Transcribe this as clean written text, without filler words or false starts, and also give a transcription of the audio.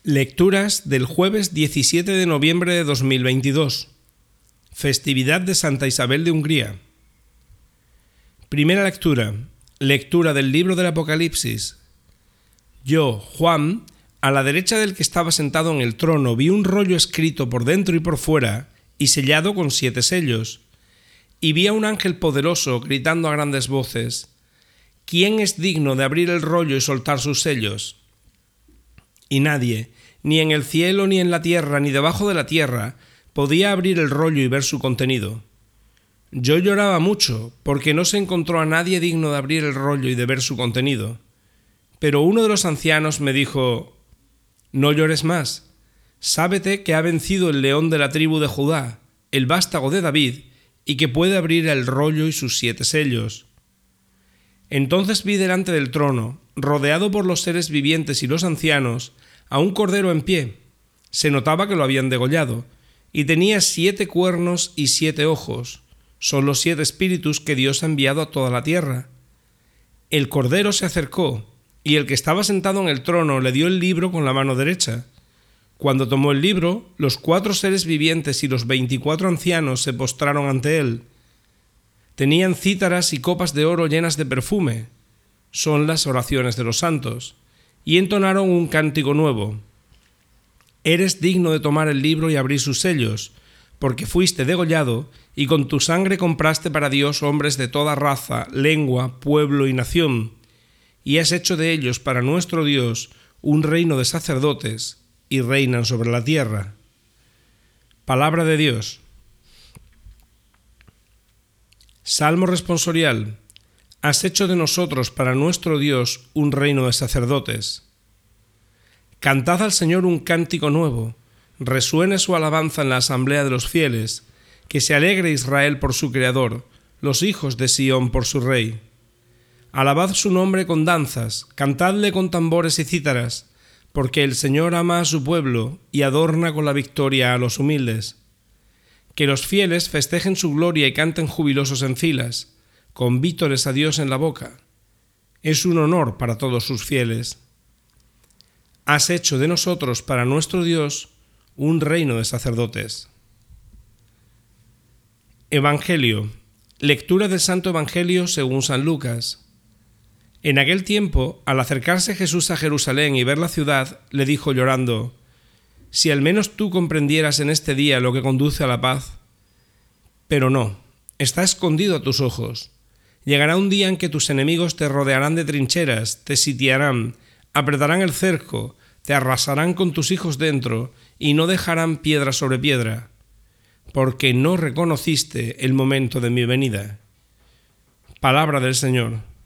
Lecturas del jueves 17 de noviembre de 2022. Festividad de Santa Isabel de Hungría. Primera lectura. Lectura del libro del Apocalipsis. Yo, Juan, a la derecha del que estaba sentado en el trono, vi un rollo escrito por dentro y por fuera y sellado con 7 sellos. Y vi a un ángel poderoso gritando a grandes voces: ¿Quién es digno de abrir el rollo y soltar sus sellos? Y nadie, ni en el cielo, ni en la tierra, ni debajo de la tierra, podía abrir el rollo y ver su contenido. Yo lloraba mucho, porque no se encontró a nadie digno de abrir el rollo y de ver su contenido. Pero uno de los ancianos me dijo: No llores más. Sábete que ha vencido el león de la tribu de Judá, el vástago de David, y que puede abrir el rollo y sus 7 sellos. Entonces vi delante del trono, rodeado por los seres vivientes y los ancianos, a un cordero en pie. Se notaba que lo habían degollado, y tenía 7 cuernos y 7 ojos. Son los 7 espíritus que Dios ha enviado a toda la tierra. El cordero se acercó, y el que estaba sentado en el trono le dio el libro con la mano derecha. Cuando tomó el libro, los 4 seres vivientes y los 24 ancianos se postraron ante él. Tenían cítaras y copas de oro llenas de perfume. Son las oraciones de los santos. Y entonaron un cántico nuevo. Eres digno de tomar el libro y abrir sus sellos, porque fuiste degollado y con tu sangre compraste para Dios hombres de toda raza, lengua, pueblo y nación, y has hecho de ellos para nuestro Dios un reino de sacerdotes, y reinan sobre la tierra. Palabra de Dios. Salmo responsorial. Has hecho de nosotros para nuestro Dios un reino de sacerdotes. Cantad al Señor un cántico nuevo, resuene su alabanza en la asamblea de los fieles, que se alegre Israel por su Creador, los hijos de Sión por su Rey. Alabad su nombre con danzas, cantadle con tambores y cítaras, porque el Señor ama a su pueblo y adorna con la victoria a los humildes. Que los fieles festejen su gloria y canten jubilosos en filas, con vítores a Dios en la boca. Es un honor para todos sus fieles. Has hecho de nosotros para nuestro Dios un reino de sacerdotes. Evangelio. Lectura del Santo Evangelio según San Lucas. En aquel tiempo, al acercarse Jesús a Jerusalén y ver la ciudad, le dijo llorando: Si al menos tú comprendieras en este día lo que conduce a la paz. Pero no, está escondido a tus ojos. Llegará un día en que tus enemigos te rodearán de trincheras, te sitiarán, apretarán el cerco, te arrasarán con tus hijos dentro y no dejarán piedra sobre piedra, porque no reconociste el momento de mi venida. Palabra del Señor.